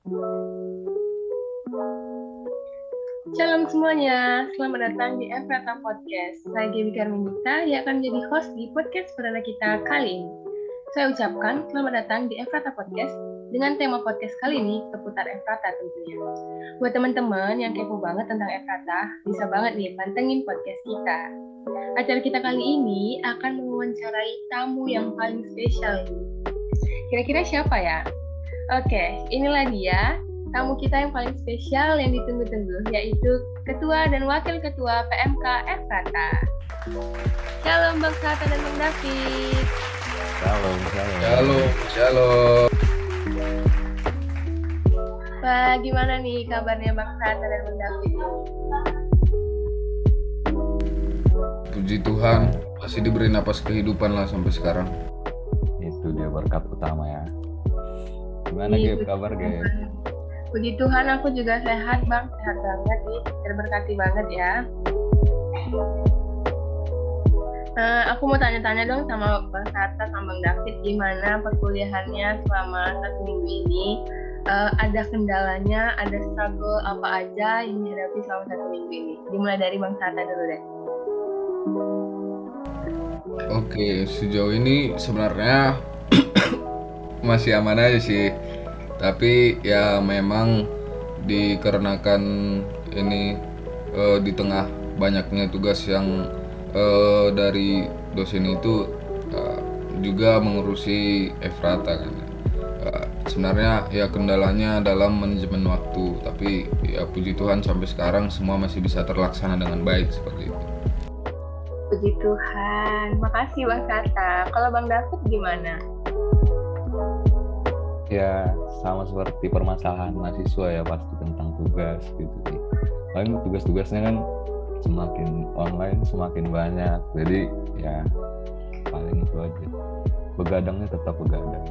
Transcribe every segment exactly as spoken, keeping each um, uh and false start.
Shalom semuanya, selamat datang di Efrata Podcast. Saya Gaby Karminita yang akan menjadi host di podcast perdana kita kali ini. Saya ucapkan selamat datang di Efrata Podcast dengan tema podcast kali ini seputar Efrata tentunya. Buat teman-teman yang kepo banget tentang Efrata, bisa banget nih pantengin podcast kita. Acara kita kali ini akan mewawancarai tamu yang paling spesial. Kira-kira siapa ya? Oke, inilah dia tamu kita yang paling spesial yang ditunggu-tunggu, yaitu Ketua dan Wakil Ketua P M K Efrata. Shalom Bang Sata dan Bang David. Shalom, shalom. Shalom, shalom. Wah, gimana nih kabarnya Bang Sata dan Bang David? Puji Tuhan, masih diberi napas kehidupan lah sampai sekarang. Itu dia berkat utama ya. Gimana Iya, Gap, kabar Gap? Puji Tuhan, aku juga sehat Bang, sehat banget nih, terberkati banget ya. Uh, aku mau tanya-tanya dong sama Bang Sata sama Bang David, gimana perkuliahannya selama satu minggu ini? Uh, ada kendalanya, ada struggle apa aja yang dihadapi selama satu minggu ini? Dimulai dari Bang Sata dulu deh. Oke, sejauh ini sebenarnya masih aman aja sih. Tapi ya memang dikarenakan ini uh, di tengah banyaknya tugas yang uh, dari dosen itu uh, juga mengurusi Efrata kan. Uh, sebenarnya ya kendalanya dalam manajemen waktu, tapi ya puji Tuhan sampai sekarang semua masih bisa terlaksana dengan baik seperti itu. Puji Tuhan, makasih Bang Sata. Kalau Bang David gimana? Ya sama seperti permasalahan mahasiswa ya, pasti tentang tugas gitu sih. Paling tugas-tugasnya kan semakin online semakin banyak, jadi ya paling itu aja. Begadangnya tetap begadang.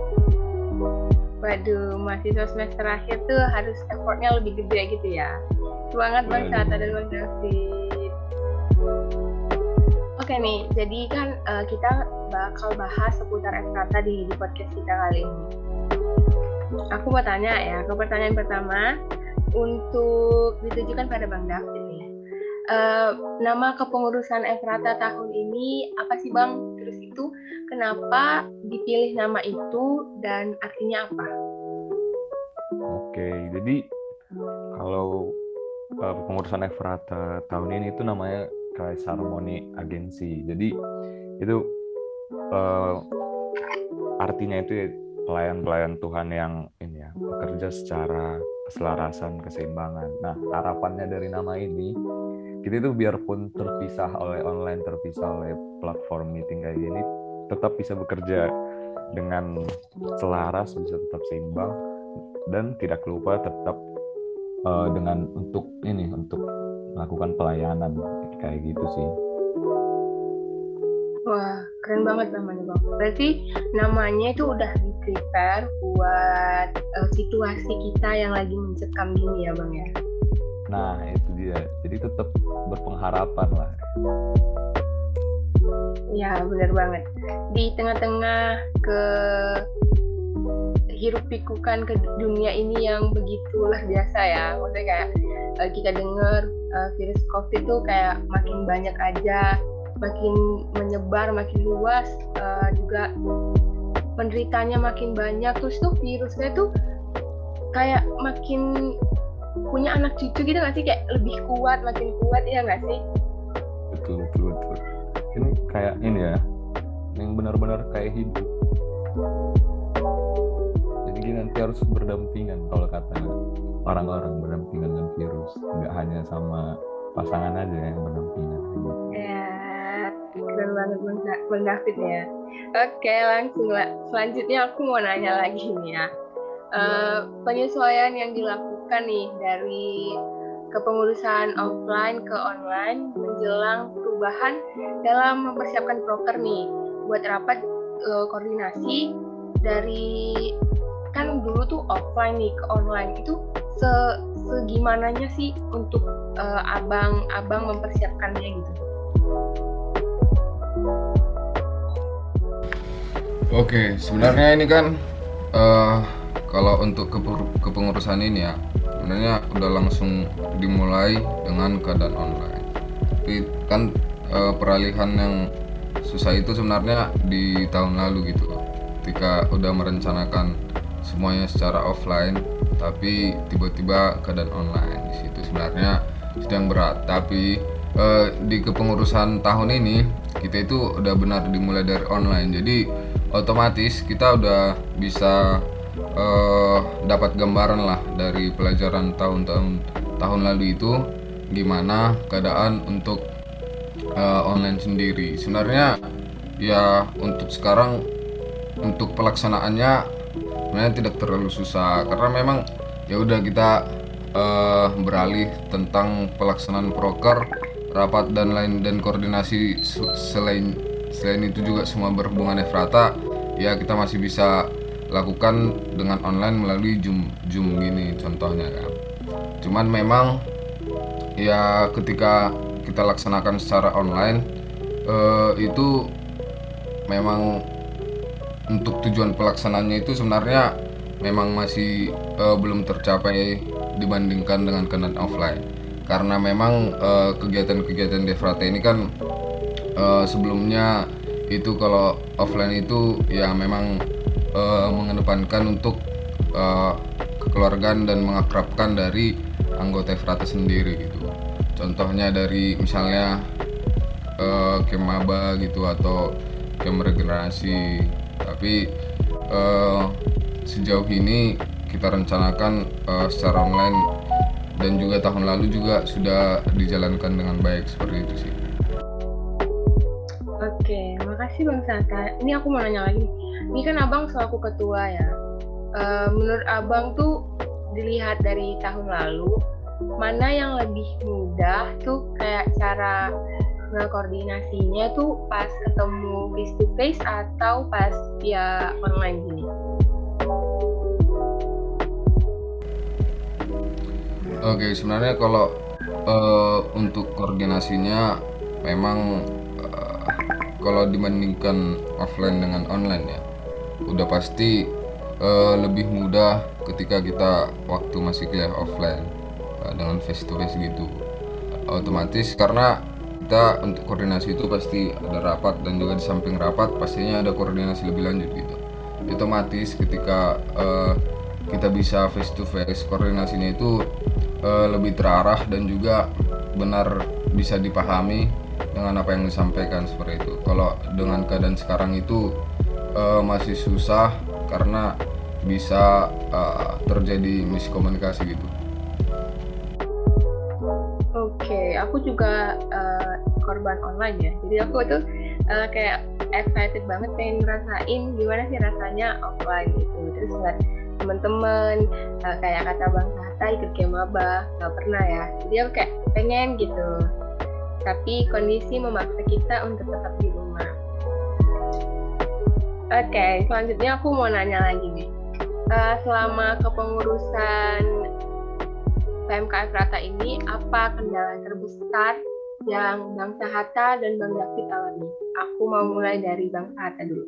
Waduh, mahasiswa semester akhir tuh harus effortnya lebih gede gitu ya. Semangat Bang Sata dan Bang David. Oke nih, jadi kan uh, kita bakal bahas seputar Efrata di, di podcast kita kali ini. Aku mau tanya ya, ke pertanyaan pertama untuk ditujukan pada Bang David nih. Uh, nama kepengurusan Efrata tahun ini apa sih Bang? Terus itu kenapa dipilih nama itu dan artinya apa? Oke, jadi kalau uh, kepengurusan Efrata tahun ini itu namanya Christ Harmony Agency. Jadi itu uh, artinya itu ya, pelayan-pelayan Tuhan yang ini ya, bekerja secara keselarasan, keseimbangan. Nah, harapannya dari nama ini, kita itu biarpun terpisah oleh online, terpisah oleh platform meeting kayak gini, tetap bisa bekerja dengan selaras, bisa tetap seimbang, dan tidak lupa tetap uh, dengan untuk ini, untuk melakukan pelayanan kayak gitu sih. Wah, keren banget namanya Bang. Berarti namanya itu udah di-prepare buat uh, situasi kita yang lagi mencekam gini ya Bang ya? Nah, itu dia. Jadi tetap berpengharapan lah. Ya, benar banget. Di tengah-tengah ke hiruk pikukan ke dunia ini yang begitu luar biasa ya. Maksudnya kayak uh, kita dengar uh, virus COVID tuh kayak makin banyak aja, makin menyebar, makin luas, uh, juga penderitanya makin banyak, terus tuh virusnya tuh kayak makin punya anak cucu gitu nggak sih, kayak lebih kuat, makin kuat ya nggak sih? Betul, betul, betul. Ini kayak ini ya, yang benar-benar kayak hidup. Jadi nanti harus berdampingan kalau kata orang-orang, berdampingan dengan virus, nggak hanya sama pasangan aja yang berdampingan. Ya. Keren banget Bang David ya. Oke, langsung lah. Selanjutnya aku mau nanya lagi nih ya. Uh, penyesuaian yang dilakukan nih dari kepengurusan offline ke online menjelang perubahan dalam mempersiapkan proker nih buat rapat uh, koordinasi dari kan dulu tuh offline nih ke online itu se segimananya sih untuk uh, abang-abang mempersiapkannya gitu. Oke, sebenarnya ini kan uh, kalau untuk kepu- kepengurusan ini ya sebenarnya udah langsung dimulai dengan keadaan online. Tapi kan eh, peralihan yang susah itu sebenarnya di tahun lalu gitu, ketika udah merencanakan semuanya secara offline tapi tiba-tiba keadaan online. Di situ sebenarnya sedang berat. Tapi eh, di kepengurusan tahun ini kita itu udah benar dimulai dari online, jadi otomatis kita udah bisa eh, dapat gambaran lah dari pelajaran tahun-tahun tahun lalu itu gimana keadaan untuk eh, online sendiri. Sebenarnya ya untuk sekarang untuk pelaksanaannya sebenarnya tidak terlalu susah, karena memang ya udah kita eh, beralih tentang pelaksanaan proker, rapat dan lain dan koordinasi. Selain selain itu juga semua berhubungan Efrata ya kita masih bisa lakukan dengan online melalui Zoom Zoom gini contohnya kan. Cuman memang ya ketika kita laksanakan secara online eh, itu memang untuk tujuan pelaksanaannya itu sebenarnya memang masih eh, belum tercapai dibandingkan dengan keadaan offline, karena memang eh, kegiatan-kegiatan Defrata ini kan eh, sebelumnya itu kalau offline itu ya memang eh, mengedepankan untuk eh, kekeluargaan dan mengakrabkan dari anggota Efrata sendiri gitu. Contohnya dari misalnya eh, kemaba gitu atau kem regenerasi. Tapi eh, sejauh ini kita rencanakan eh, secara online dan juga tahun lalu juga sudah dijalankan dengan baik seperti itu sih. Oke, makasih Bang Sata. Ini aku mau nanya lagi. Ini kan Abang selaku ketua ya. Uh, menurut Abang tuh dilihat dari tahun lalu, mana yang lebih mudah tuh kayak cara ngekoordinasinya tuh pas ketemu face to face atau pas via online gini? Oke, sebenarnya kalau uh, untuk koordinasinya memang uh, kalau dibandingkan offline dengan online ya udah pasti uh, lebih mudah ketika kita waktu masih kuliah offline uh, dengan face to face gitu. Otomatis karena kita untuk koordinasi itu pasti ada rapat dan juga di samping rapat pastinya ada koordinasi lebih lanjut gitu. Otomatis ketika uh, kita bisa face to face, koordinasinya itu uh, lebih terarah dan juga benar bisa dipahami dengan apa yang disampaikan seperti itu. Kalau dengan keadaan sekarang itu uh, masih susah karena bisa uh, terjadi miskomunikasi gitu. Oke, aku juga uh, korban online ya. Jadi aku tuh uh, kayak excited banget pengen ngerasain gimana sih rasanya offline gitu. Terus ngeliat teman-teman uh, kayak kata Bang Sata ikut kemaba, nggak pernah ya. Jadi aku kayak pengen gitu. Tapi kondisi memaksa kita untuk tetap di rumah. Oke, selanjutnya aku mau nanya lagi nih. Uh, selama kepengurusan P M K Efrata ini, apa kendala terbesar yang Bang Sahata dan Bang David alami? Aku mau mulai dari Bang Sahata dulu.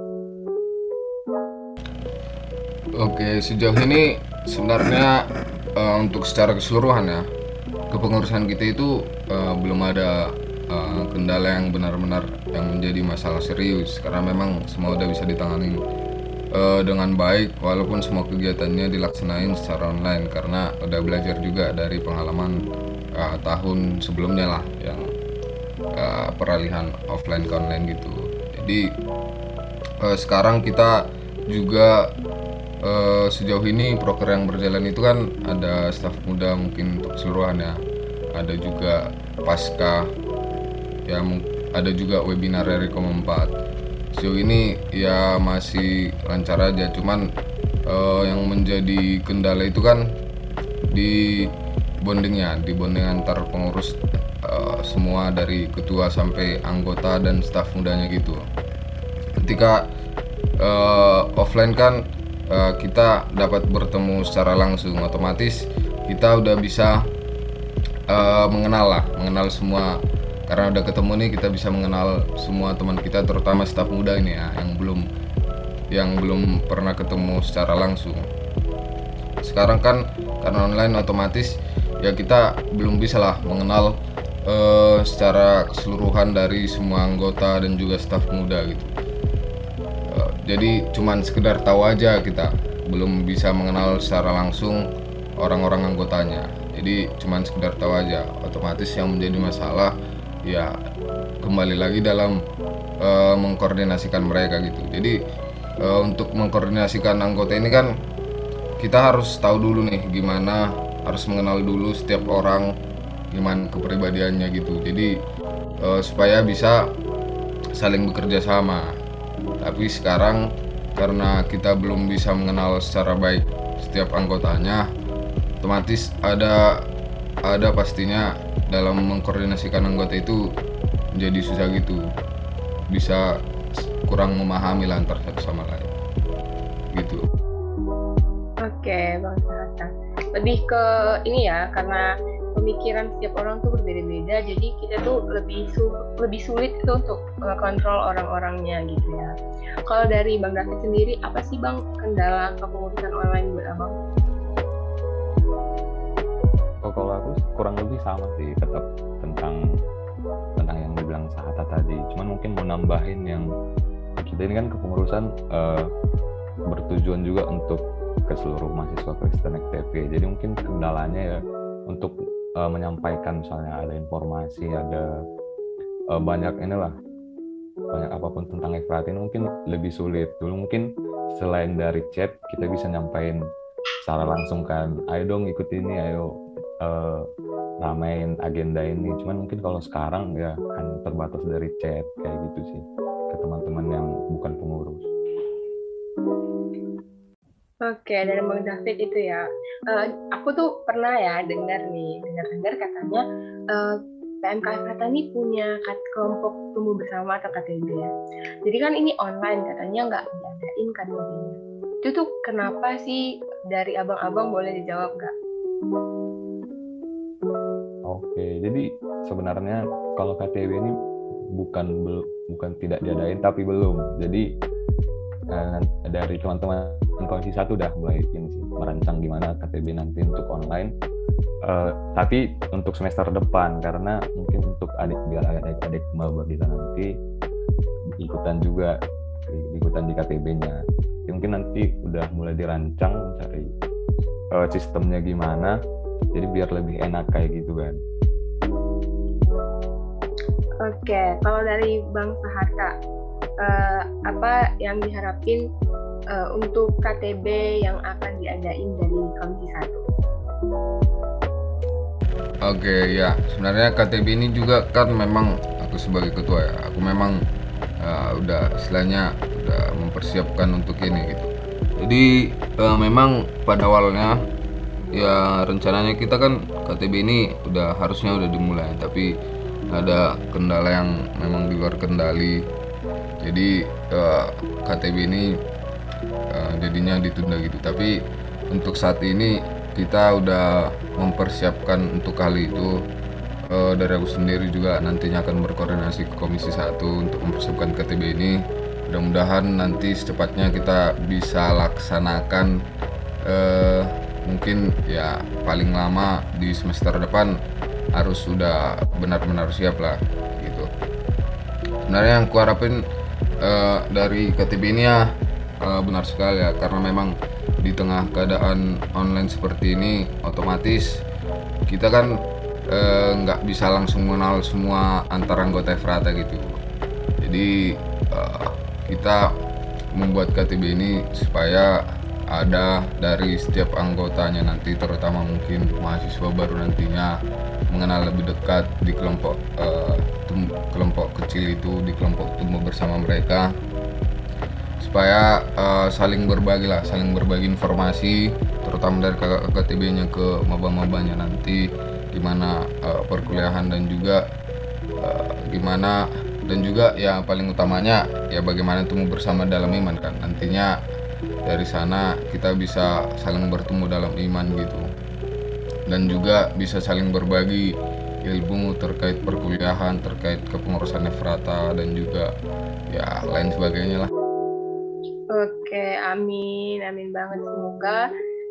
Oke, sejauh ini sebenarnya uh, untuk secara keseluruhan ya kepengurusan kita itu uh, belum ada uh, kendala yang benar-benar yang menjadi masalah serius, karena memang semua udah bisa ditangani uh, dengan baik walaupun semua kegiatannya dilaksanain secara online, karena udah belajar juga dari pengalaman uh, tahun sebelumnya lah yang uh, peralihan offline ke online gitu. Jadi uh, sekarang kita juga Uh, sejauh ini proker yang berjalan itu kan ada staf muda mungkin untuk keseluruhan ya, ada juga pasca ya, ada juga webinar dari Kom empat. Sejauh ini ya masih lancar aja, cuman uh, yang menjadi kendala itu kan di bondingnya, di bonding antar pengurus uh, semua dari ketua sampai anggota dan staf mudanya gitu. Ketika uh, offline kan Uh, kita dapat bertemu secara langsung, otomatis kita udah bisa uh, mengenal lah, mengenal semua, karena udah ketemu nih kita bisa mengenal semua teman kita, terutama staf muda ini ya yang belum yang belum pernah ketemu secara langsung. sekarang kan karena online otomatis ya kita belum bisa lah mengenal uh, secara keseluruhan dari semua anggota dan juga staf muda gitu. Uh, jadi cuman sekedar tahu aja, kita belum bisa mengenal secara langsung orang-orang anggotanya. Jadi cuman sekedar tahu aja. Otomatis yang menjadi masalah ya kembali lagi dalam uh, mengkoordinasikan mereka gitu. Jadi uh, untuk mengkoordinasikan anggota ini kan kita harus tahu dulu nih gimana, harus mengenal dulu setiap orang, gimana kepribadiannya gitu. Jadi uh, supaya bisa saling bekerja sama. Tapi sekarang karena kita belum bisa mengenal secara baik setiap anggotanya, otomatis ada ada pastinya dalam mengkoordinasikan anggota itu menjadi susah gitu, bisa kurang memahami lah antar satu sama lain gitu. Oke, Bang Sahata. Lebih ke ini ya, karena pemikiran setiap orang tuh berbeda-beda, jadi kita tuh lebih su- lebih sulit itu untuk kontrol orang-orangnya gitu ya. Kalau dari Bang David sendiri, apa sih Bang kendala kepengurusan online buat Abang? Oh, kalau aku kurang lebih sama sih, tetap tentang tentang yang dibilang Sahata tadi. Cuman mungkin mau nambahin yang kita ini kan kepengurusan uh, bertujuan juga untuk ke seluruh mahasiswa Kristen F T P. Jadi mungkin kendalanya ya untuk uh, menyampaikan misalnya ada informasi, ada uh, banyak inilah banyak apapun tentang F R A T ini mungkin lebih sulit. Dulu mungkin selain dari chat kita bisa nyampain secara langsung kan, ayo dong ikut ini, ayo uh, ramein agenda ini. Cuman mungkin kalau sekarang ya hanya terbatas dari chat kayak gitu sih ke teman-teman yang bukan pengurus. Oke, dari Bang David itu ya. Uh, aku tuh pernah ya dengar nih, dengar-dengar katanya uh, P M K F R A T A ini punya kelompok tumbuh bersama atau K T B ya. Jadi kan ini online, katanya nggak diadain K T B-nya. Itu tuh kenapa sih? Dari abang-abang boleh dijawab nggak? Oke, jadi sebenarnya kalau K T B ini bukan bel, bukan tidak diadain tapi belum. Jadi uh, dari teman-teman Komisi satu udah mulai ini sih, merancang gimana K T B nanti untuk online. Uh, tapi untuk semester depan, karena mungkin untuk adik biar adik-adik maba kita nanti ikutan juga ikutan di K T B-nya. Jadi mungkin nanti udah mulai dirancang cari uh, sistemnya gimana. Jadi biar lebih enak kayak gitu kan. Oke, kalau dari Bang Sahata, uh, apa yang diharapin uh, untuk K T B yang akan diadain dari Komisi satu? Oke, ya sebenarnya K T B ini juga kan memang aku sebagai ketua ya, aku memang uh, udah istilahnya udah mempersiapkan untuk ini gitu. Jadi uh, memang pada awalnya ya rencananya kita kan K T B ini udah harusnya udah dimulai, tapi ada kendala yang memang di luar kendali. Jadi uh, K T B ini uh, jadinya ditunda gitu. Tapi untuk saat ini kita udah mempersiapkan untuk kali itu. Uh, dari aku sendiri juga nantinya akan berkoordinasi ke Komisi satu untuk mempersiapkan K T B ini. Mudah-mudahan nanti secepatnya kita bisa laksanakan uh, mungkin ya paling lama di semester depan harus sudah benar-benar siap lah gitu. Sebenarnya yang aku harapin uh, dari K T B ini ya uh, benar sekali ya, karena memang di tengah keadaan online seperti ini otomatis kita kan nggak uh, bisa langsung mengenal semua antar anggota F R A T A gitu. Jadi uh, kita membuat K T B ini supaya ada dari setiap anggotanya nanti, terutama mungkin mahasiswa baru nantinya mengenal lebih dekat di kelompok uh, tum- kelompok kecil itu, di kelompok tumbuh bersama mereka, supaya uh, saling berbagi lah, saling berbagi informasi, terutama dari K T B-nya ke maba-mabanya nanti, gimana uh, perkuliahan dan juga uh, gimana dan juga ya paling utamanya ya bagaimana tumbuh bersama dalam iman kan. Nantinya dari sana kita bisa saling bertumbuh dalam iman gitu, dan juga bisa saling berbagi ilmu terkait perkuliahan, terkait kepengurusan F R A T A dan juga ya lain sebagainya lah. Oke, amin, amin banget. Semoga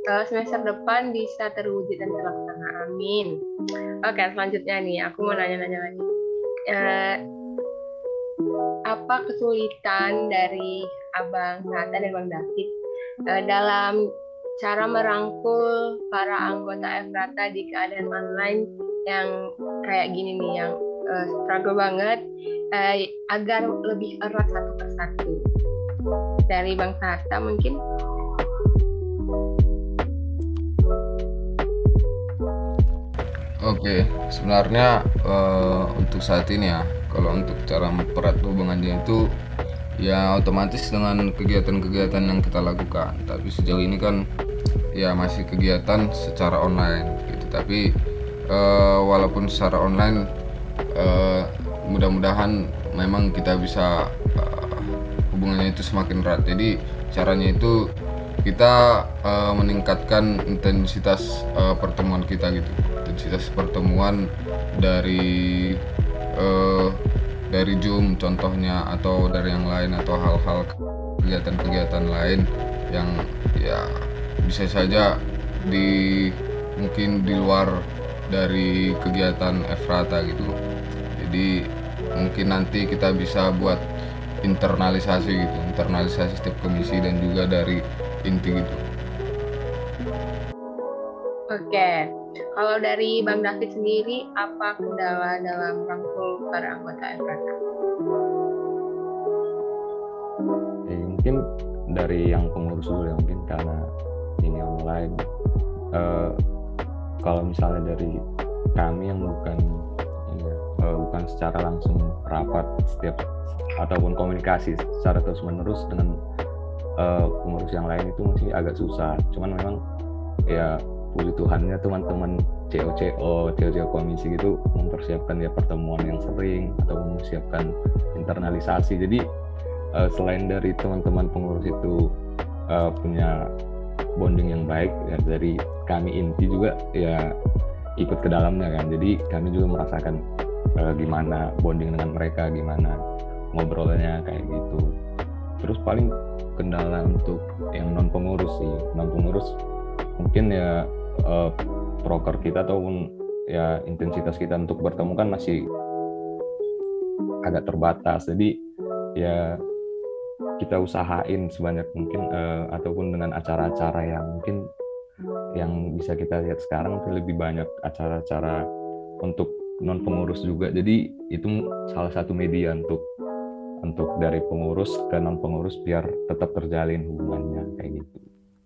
uh, semester depan bisa terwujud dan terlaksana. Amin. Oke, selanjutnya nih aku mau nanya-nanya lagi. Uh, apa kesulitan dari Abang Sata dan Bang David uh, dalam cara merangkul para anggota Efrata di keadaan online yang kayak gini nih, yang uh, struggle banget uh, agar lebih erat satu persatu? Dari Bang Sata mungkin. Oke, sebenarnya uh, untuk saat ini ya, kalau untuk cara mempererat hubungannya itu ya otomatis dengan kegiatan-kegiatan yang kita lakukan. Tapi sejauh ini kan ya masih kegiatan secara online gitu. Tapi uh, walaupun secara online uh, mudah-mudahan memang kita bisa uh, hubungannya itu semakin erat. Jadi caranya itu kita uh, meningkatkan intensitas uh, pertemuan kita gitu. Intensitas pertemuan dari uh, dari Zoom contohnya, atau dari yang lain, atau hal-hal kegiatan-kegiatan lain yang ya bisa saja di mungkin di luar dari kegiatan Efrata gitu. Jadi mungkin nanti kita bisa buat internalisasi gitu, internalisasi setiap komisi dan juga dari inti gitu. Oke, kalau dari Bang David sendiri, apa kendala dalam merangkul para anggota Efrata? Ya, mungkin dari yang pengurus dulu ya, mungkin karena ini online. Uh, kalau misalnya dari kami yang bukan ini, uh, bukan secara langsung rapat setiap ataupun komunikasi secara terus menerus dengan uh, pengurus yang lain itu masih agak susah. Cuman memang ya puji Tuhannya teman-teman C O C O, C O C O komisi gitu mempersiapkan ya pertemuan yang sering atau mempersiapkan internalisasi. Jadi uh, selain dari teman-teman pengurus itu uh, punya bonding yang baik ya, dari kami inti juga ya ikut ke dalamnya kan. Jadi kami juga merasakan uh, gimana bonding dengan mereka, gimana ngobrolnya kayak gitu. Terus paling kendala untuk yang non pengurus sih, non pengurus mungkin ya uh, proker kita ataupun ya intensitas kita untuk bertemu kan masih agak terbatas. Jadi ya kita usahain sebanyak mungkin uh, ataupun dengan acara-acara yang mungkin yang bisa kita lihat sekarang mungkin lebih banyak acara-acara untuk non pengurus juga. Jadi itu salah satu media untuk untuk dari pengurus ke non pengurus biar tetap terjalin hubungannya kayak gitu.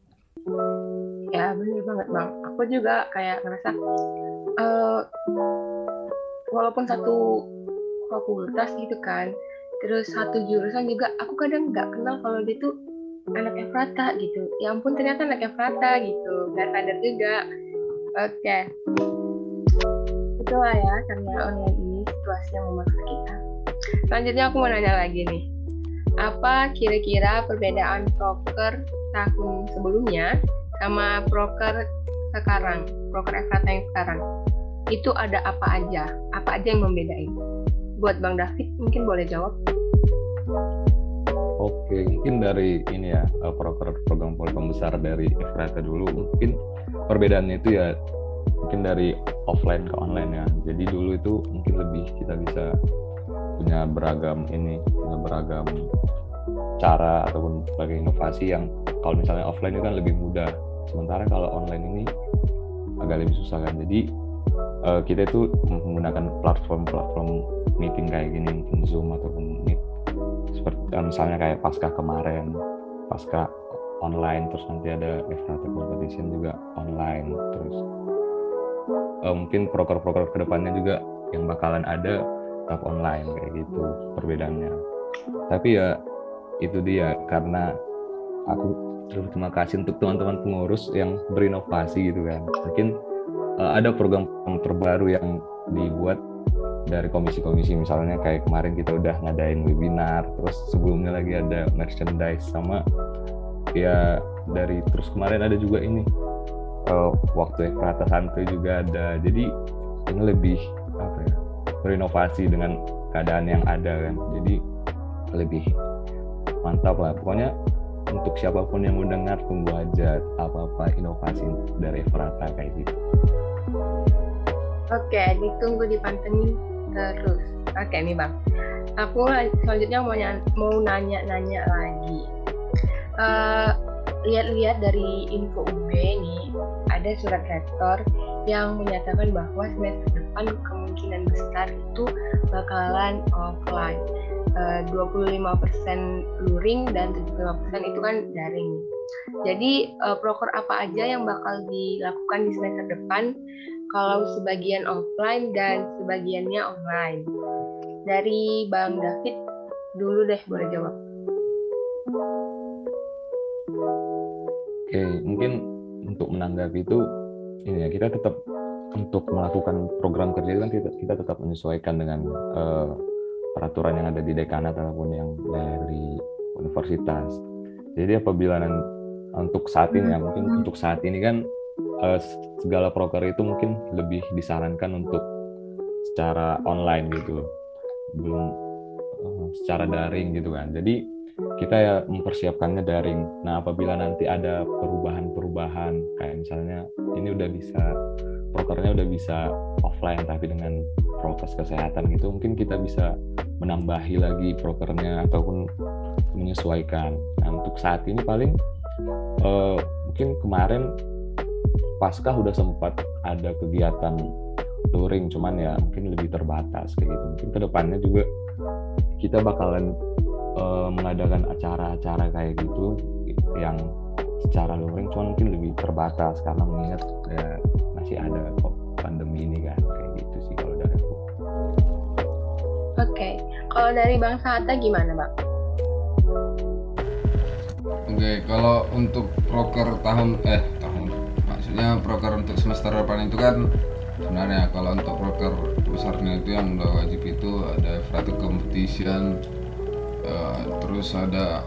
Ya bener banget Bang, aku juga kayak ngerasa uh, walaupun satu fakultas gitu kan, terus satu jurusan juga, aku kadang nggak kenal kalau dia tuh anak Efrata gitu. Ya ampun, ternyata anak Efrata gitu, nggak sadar juga. Oke, okay. Itulah ya, karena online ini situasi yang memaksa kita. Selanjutnya aku mau nanya lagi nih, apa kira-kira perbedaan proker tahun sebelumnya sama proker sekarang, proker Efrata yang sekarang? Itu ada apa aja? Apa aja yang membedain? Buat Bang David mungkin boleh jawab. Oke, mungkin dari ini ya, proker program program besar dari Efrata dulu. Mungkin perbedaannya itu ya mungkin dari offline ke online ya. Jadi dulu itu mungkin lebih kita bisa punya beragam ini, punya beragam cara ataupun berbagai inovasi yang kalau misalnya offline itu kan lebih mudah. Sementara kalau online ini agak lebih susah kan. Jadi uh, kita itu menggunakan platform-platform meeting kayak gini, mungkin Zoom ataupun Meet. Seperti uh, misalnya kayak Pasca kemarin, Pasca online, terus nanti ada Efrata Competition juga online. Terus uh, mungkin proker-proker kedepannya juga yang bakalan ada tetap online kayak gitu perbedaannya. Tapi ya itu dia, karena aku terima kasih untuk teman-teman pengurus yang berinovasi gitu kan. Mungkin uh, ada program terbaru yang dibuat dari komisi-komisi, misalnya kayak kemarin kita udah ngadain webinar, terus sebelumnya lagi ada merchandise, sama ya dari terus kemarin ada juga ini uh, waktu Efrata Santuy juga ada. Jadi ini lebih apa ya, berinovasi dengan keadaan yang ada kan. Jadi lebih mantap lah pokoknya. untuk siapapun yang mendengar, tunggu aja apa-apa inovasi dari Efrata kayak gitu. Oke, ditunggu, dipantengin terus. Oke nih Bang, aku selanjutnya mau ny- mau nanya-nanya lagi. Uh, lihat-lihat dari info U B ini, ada surat rektor yang menyatakan bahwa semester depan kemungkinan besar itu bakalan offline. Uh, dua puluh lima persen luring dan tujuh puluh lima persen itu kan daring. Jadi uh, proker apa aja yang bakal dilakukan di semester depan kalau sebagian offline dan sebagiannya online? Dari Bang David dulu deh, boleh jawab. Oke, mungkin untuk menanggapi itu, ini ya, kita tetap untuk melakukan program kerja kan kita, kita tetap menyesuaikan dengan uh, peraturan yang ada di dekanat ataupun yang dari universitas. Jadi apabila nanti, untuk saat ini ya, mungkin untuk saat ini kan uh, segala proker itu mungkin lebih disarankan untuk secara online gitu, belum uh, secara daring gitu kan. Jadi kita ya mempersiapkannya daring. Nah, apabila nanti ada perubahan-perubahan, kayak misalnya ini udah bisa, prokernya udah bisa offline tapi dengan prokes kesehatan gitu, mungkin kita bisa menambahi lagi prokernya ataupun menyesuaikan. Nah, untuk saat ini paling uh, mungkin kemarin Paskah udah sempat ada kegiatan luring, cuman ya mungkin lebih terbatas kayak gitu. Mungkin kedepannya juga kita bakalan uh, mengadakan acara-acara kayak gitu yang secara luring, cuman mungkin lebih terbatas karena mengingat ya, masih ada kok pandemi ini kan, kayak gitu sih kalau dari aku. Oke, kalau dari Bang Sata gimana Bang? Oke, kalau untuk proker tahun eh tahun maksudnya proker untuk semester depan itu kan sebenarnya kalau untuk proker besarnya itu yang udah wajib itu ada Efrata Competition, uh, terus ada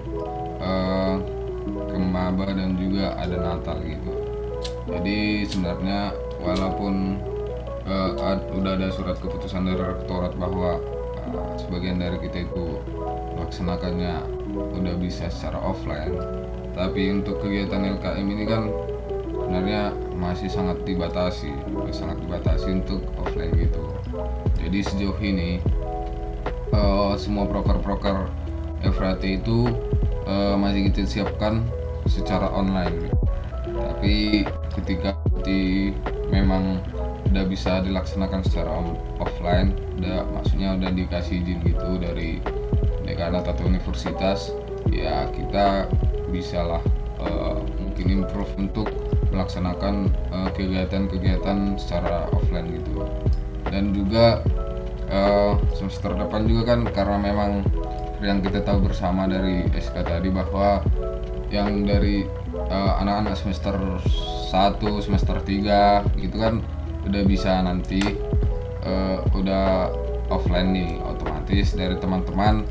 uh, Kemaba dan juga ada Natal gitu. Jadi sebenarnya walaupun uh, ad, udah ada surat keputusan dari rektorat bahwa uh, sebagian dari kita itu melaksanakannya udah bisa secara offline, tapi untuk kegiatan L K M ini kan sebenarnya masih sangat dibatasi, masih sangat dibatasi untuk offline gitu. Jadi sejauh ini uh, semua proker-proker Efrata itu uh, masih kita siapkan secara online. Tapi ketika di memang udah bisa dilaksanakan secara offline, udah maksudnya udah dikasih izin gitu dari dekanat atau universitas, ya kita bisalah uh, mungkin improve untuk melaksanakan uh, kegiatan-kegiatan secara offline gitu. Dan juga uh, semester depan juga kan karena memang yang kita tahu bersama dari S K tadi bahwa yang dari uh, anak-anak semester satu, semester tiga gitu kan udah bisa nanti uh, udah offline nih, otomatis dari teman-teman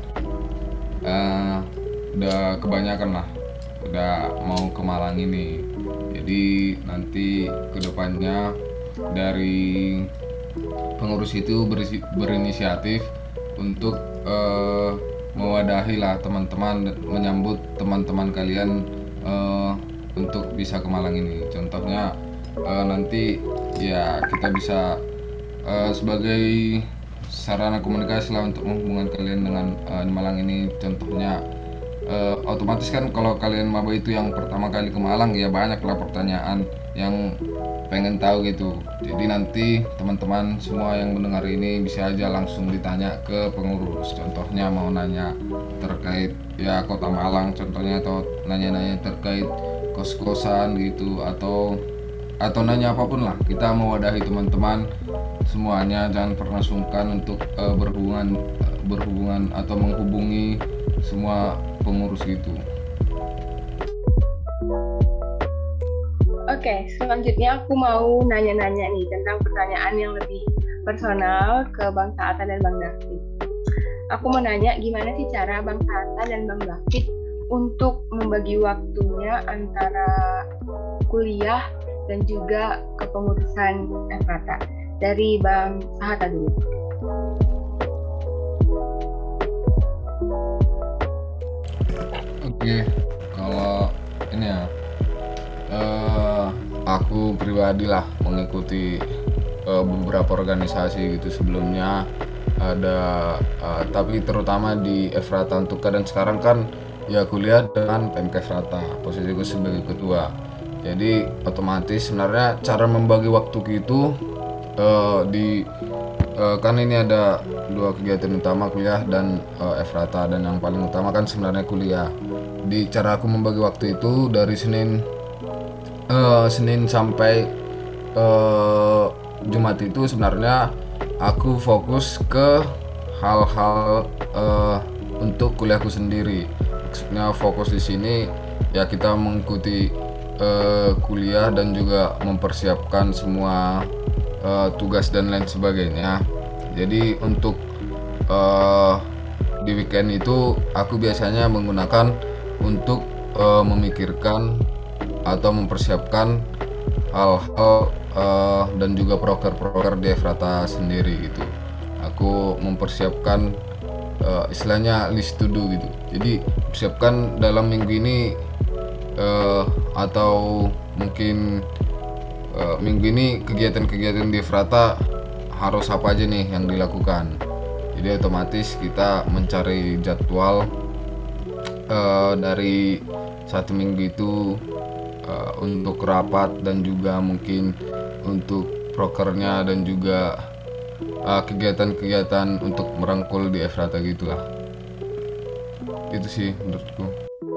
uh, udah kebanyakan lah udah mau ke Malang ini. Jadi nanti kedepannya dari pengurus itu berisi, berinisiatif untuk uh, mewadahi lah teman-teman, menyambut teman-teman kalian uh, untuk bisa ke Malang ini. Contohnya uh, nanti ya kita bisa uh, sebagai sarana komunikasi lah untuk menghubungkan kalian dengan uh, di Malang ini. Contohnya uh, otomatis kan kalau kalian maba itu yang pertama kali ke Malang ya banyak lah pertanyaan yang pengen tahu gitu. Jadi nanti teman-teman semua yang mendengar ini bisa aja langsung ditanya ke pengurus. Contohnya mau nanya terkait ya Kota Malang contohnya, atau nanya-nanya terkait kos-kosan gitu, atau atau nanya apapun lah. Kita mewadahi teman-teman semuanya, jangan pernah sungkan untuk uh, berhubungan uh, berhubungan atau menghubungi semua pengurus gitu. Oke, selanjutnya aku mau nanya-nanya nih tentang pertanyaan yang lebih personal ke Bang Saata dan Bang David. Aku mau nanya gimana sih cara Bang Saata dan Bang David untuk membagi waktunya antara kuliah dan juga kepengurusan Efrata. Dari Bang Saata dulu. Oke, Kalau ini ya, eh, aku pribadi lah mengikuti eh, beberapa organisasi gitu sebelumnya ada, eh, tapi terutama di Efrata Antuka, dan sekarang kan ya kuliah dengan P M K Efrata, posisiku sebagai ketua. Jadi otomatis sebenarnya cara membagi waktu itu eh, di eh, kan ini ada dua kegiatan utama, kuliah dan eh, Efrata, dan yang paling utama kan sebenarnya kuliah. Di cara aku membagi waktu itu dari Senin eh, Senin sampai eh, Jumat itu sebenarnya aku fokus ke hal-hal eh, untuk kuliahku sendiri. Maksudnya fokus di sini ya kita mengikuti eh, kuliah dan juga mempersiapkan semua eh, tugas dan lain sebagainya. Jadi untuk eh, di weekend itu aku biasanya menggunakan untuk eh, memikirkan atau mempersiapkan hal-hal uh, dan juga proker-proker di Efrata sendiri gitu. Aku mempersiapkan uh, istilahnya list to do gitu. Jadi persiapkan dalam minggu ini uh, atau mungkin uh, minggu ini kegiatan-kegiatan di Efrata harus apa aja nih yang dilakukan. Jadi otomatis kita mencari jadwal uh, dari satu minggu itu Uh, untuk rapat dan juga mungkin untuk prokernya dan juga uh, kegiatan-kegiatan untuk merangkul di Efrata gitulah. Itu sih menurutku.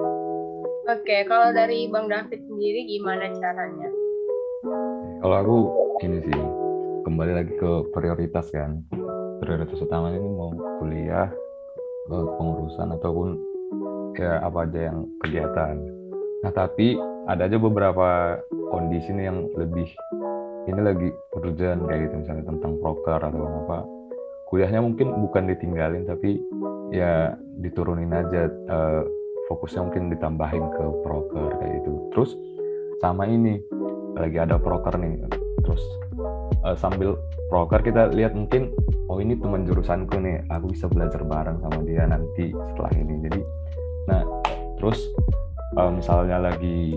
Oke, kalau dari Bang David sendiri gimana caranya? Kalau aku ini sih, kembali lagi ke prioritas kan. Prioritas utamanya ini mau kuliah, pengurusan ataupun ya apa aja yang kegiatan. Nah tapi ada aja beberapa kondisi nih yang lebih ini lagi urgent kayak gitu, misalnya tentang proker atau apa, kuliahnya mungkin bukan ditinggalin tapi ya diturunin aja, uh, fokusnya mungkin ditambahin ke proker kayak gitu. Terus sama ini lagi ada proker nih, terus uh, sambil proker kita lihat mungkin oh ini teman jurusanku nih, aku bisa belajar bareng sama dia nanti setelah ini. Jadi nah terus Uh, misalnya lagi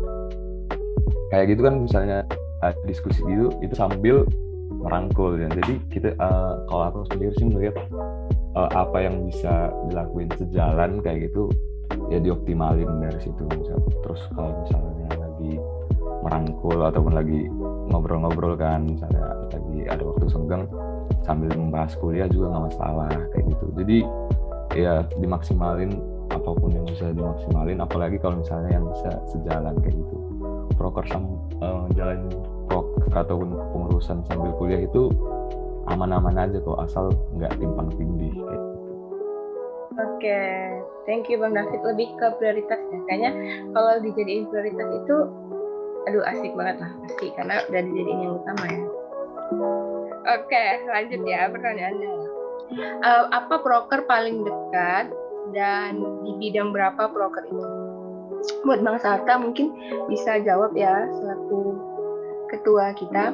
kayak gitu kan, misalnya uh, diskusi gitu itu sambil merangkul ya. Jadi kita uh, kalau aku sendiri sih melihat uh, apa yang bisa dilakuin sejalan kayak gitu ya dioptimalin dari situ. Misalnya. Terus kalau misalnya lagi merangkul ataupun lagi ngobrol-ngobrol kan, misalnya lagi ada waktu senggang sambil membahas kuliah juga nggak masalah kayak gitu. Jadi ya dimaksimalin apapun yang bisa dimaksimalin, apalagi kalau misalnya yang bisa sejalan kayak gitu. Proker sama uh, jalan proker ataupun pengurusan sambil kuliah itu aman-aman aja kok, asal nggak timpang tindih kayak gitu. Oke, thank you Bang David. Lebih ke prioritasnya, kayaknya kalau dijadiin prioritas itu aduh asik banget lah pasti, karena udah dijadiin yang utama ya. Oke, lanjut ya pertanyaannya. Uh, apa proker paling dekat dan di bidang berapa proker itu? Buat Bang Sarta mungkin bisa jawab ya selaku ketua kita.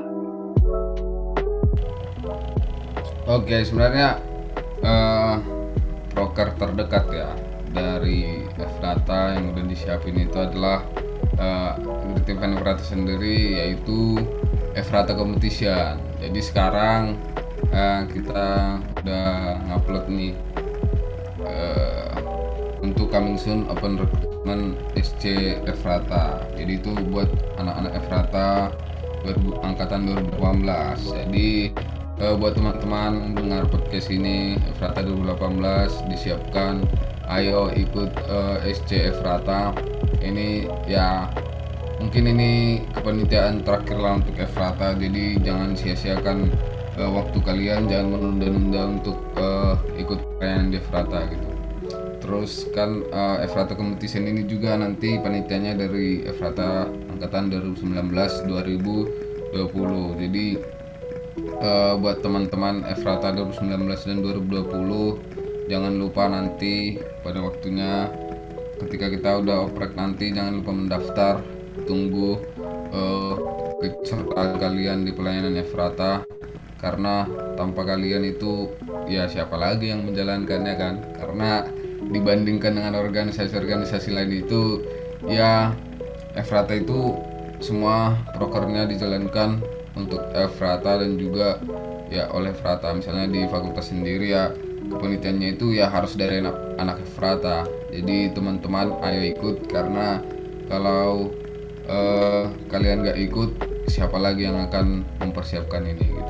Oke, sebenarnya uh, proker terdekat ya dari Efrata yang udah disiapin itu adalah uh, event Efrata sendiri, yaitu Efrata Competition. Jadi sekarang uh, kita udah ngupload nih Uh, untuk coming soon open recruitment S C Efrata. Jadi itu buat anak-anak Efrata angkatan dua ribu delapan belas. Jadi uh, buat teman-teman dengar podcast ini Efrata dua ribu delapan belas disiapkan, ayo ikut uh, S C Efrata. Ini ya mungkin ini kepanitiaan terakhir lah untuk Efrata. Jadi jangan sia-siakan uh, waktu kalian, jangan menunda-nunda untuk uh, ikut perayaan di Efrata gitu. Terus kan uh, Efrata Competition ini juga nanti panitianya dari Efrata angkatan dua ribu sembilan belas dua ribu dua puluh. Jadi uh, buat teman-teman Efrata dua ribu sembilan belas dan dua ribu dua puluh jangan lupa nanti pada waktunya ketika kita udah oprek nanti jangan lupa mendaftar. Tunggu uh, kesertaan kalian di pelayanan Efrata, karena tanpa kalian itu ya siapa lagi yang menjalankannya kan, karena dibandingkan dengan organisasi-organisasi lain itu ya Efrata itu semua prokernya dijalankan untuk Efrata dan juga ya oleh Efrata. Misalnya di fakultas sendiri ya kepanitiaannya itu ya harus dari anak, anak Efrata. Jadi teman-teman ayo ikut, karena kalau eh, kalian gak ikut, siapa lagi yang akan mempersiapkan ini gitu.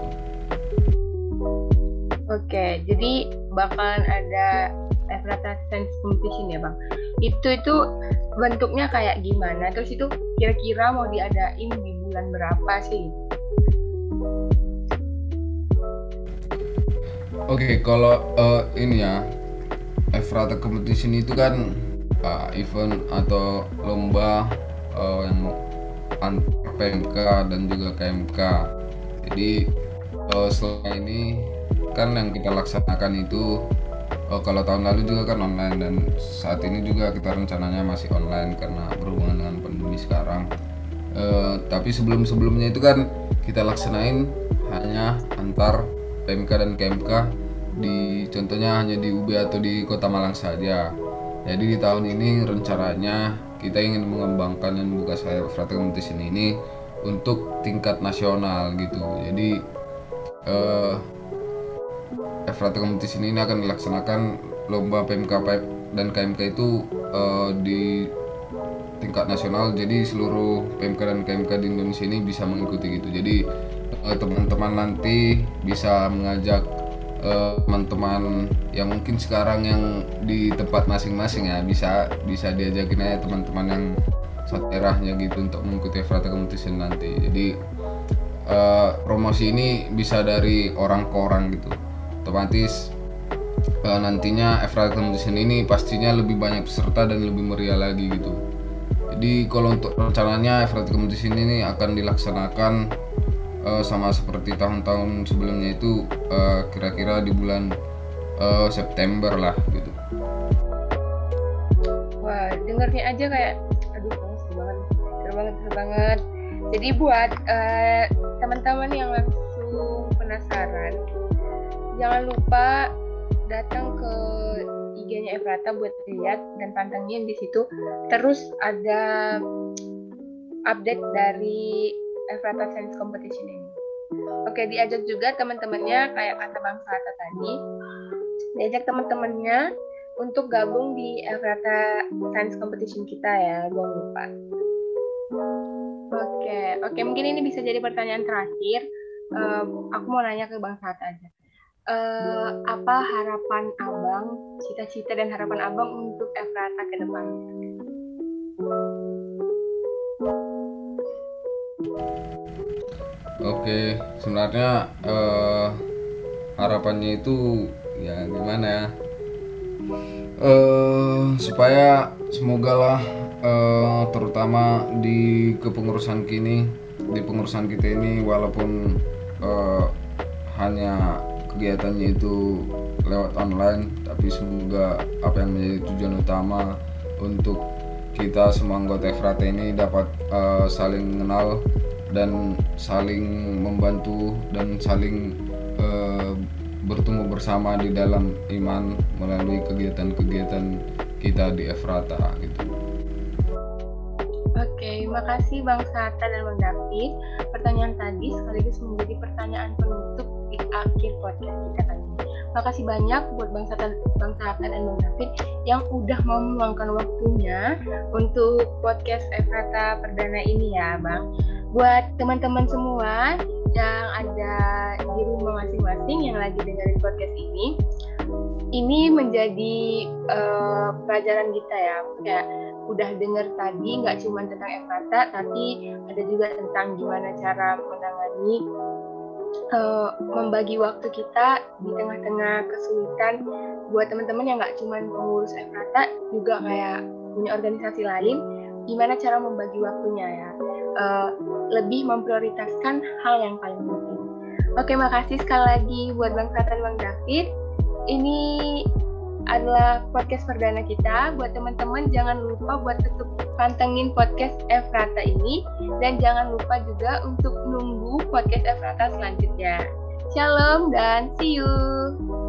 Oke, jadi bakalan ada Efrata Science Competition ya Bang. Itu itu bentuknya kayak gimana? Terus itu kira-kira mau diadain di bulan berapa sih? Oke, kalau uh, ini ya Efrata Competition itu kan uh, event atau lomba uh, yang antar P M K dan juga K M K. Jadi uh, selama ini kan yang kita laksanakan itu uh, kalau tahun lalu juga kan online, dan saat ini juga kita rencananya masih online karena berhubungan dengan pandemi sekarang. Uh, tapi sebelum-sebelumnya itu kan kita laksanain hanya antar P M K dan K M K di contohnya hanya di U B atau di Kota Malang saja. Jadi di tahun ini rencananya kita ingin mengembangkan dan membuka Efrata Competition ini untuk tingkat nasional gitu. Jadi eh, Efrata Competition ini akan dilaksanakan lomba P M K dan K M K itu eh, di tingkat nasional. Jadi seluruh P M K dan K M K di Indonesia ini bisa mengikuti gitu. Jadi eh, teman-teman nanti bisa mengajak eh, teman-teman yang mungkin sekarang yang di tempat masing-masing ya, bisa bisa diajakin aja teman-teman yang satu daerahnya gitu untuk mengikuti Efrata Competition nanti. Jadi eh, promosi ini bisa dari orang ke orang gitu. Otomatis uh, nantinya Efrata Competition ini pastinya lebih banyak peserta dan lebih meriah lagi gitu. Jadi kalau untuk rencananya Efrata Competition ini akan dilaksanakan uh, sama seperti tahun-tahun sebelumnya itu uh, kira-kira di bulan uh, September lah gitu. Wah, dengarnya aja kayak aduh seru banget, seru banget, seru banget. Jadi buat uh, teman-teman yang langsung penasaran, jangan lupa datang ke I G-nya Efrata buat lihat dan pantengin di situ. Terus ada update dari Efrata Science Competition ini. Oke, diajak juga teman-temannya kayak kata Bang Sata tadi. Diajak teman-temannya untuk gabung di Efrata Science Competition kita ya, jangan lupa. Oke, oke mungkin ini bisa jadi pertanyaan terakhir. Uh, aku mau nanya ke Bang Sata aja. Uh, apa harapan abang, cita-cita dan harapan abang untuk Efrata ke depannya? Oke, sebenarnya uh, harapannya itu ya gimana ya, uh, supaya semoga lah uh, terutama di kepengurusan kini, di pengurusan kita ini walaupun uh, hanya kegiatannya itu lewat online, tapi semoga apa yang menjadi tujuan utama untuk kita semua anggota Efrata ini dapat uh, saling mengenal dan saling membantu dan saling uh, bertumbuh bersama di dalam iman melalui kegiatan-kegiatan kita di Efrata gitu. Oke, makasih Bang Sata dan Bang David. Pertanyaan tadi sekaligus menjadi pertanyaan penutup di akhir podcast kita kali ini. Makasih banyak buat Bang Sata, Bang Sata dan Bang David yang udah mau meluangkan waktunya untuk podcast Efrata Perdana ini ya Bang. Buat teman-teman semua yang ada di rumah masing-masing yang lagi dengerin podcast ini, ini menjadi uh, pelajaran kita ya. Kayak udah denger tadi nggak cuma tentang Efrata, tapi ada juga tentang gimana cara menangani uh, membagi waktu kita di tengah-tengah kesulitan. Buat teman-teman yang nggak cuma pengurus Efrata, juga kayak punya organisasi lain, gimana cara membagi waktunya ya, uh, lebih memprioritaskan hal yang paling penting. Oke, makasih sekali lagi buat Bang Sata dan Bang David. Ini adalah podcast perdana kita. Buat teman-teman jangan lupa buat tetap pantengin podcast Efrata ini, dan jangan lupa juga untuk nunggu podcast Efrata selanjutnya. Shalom dan see you.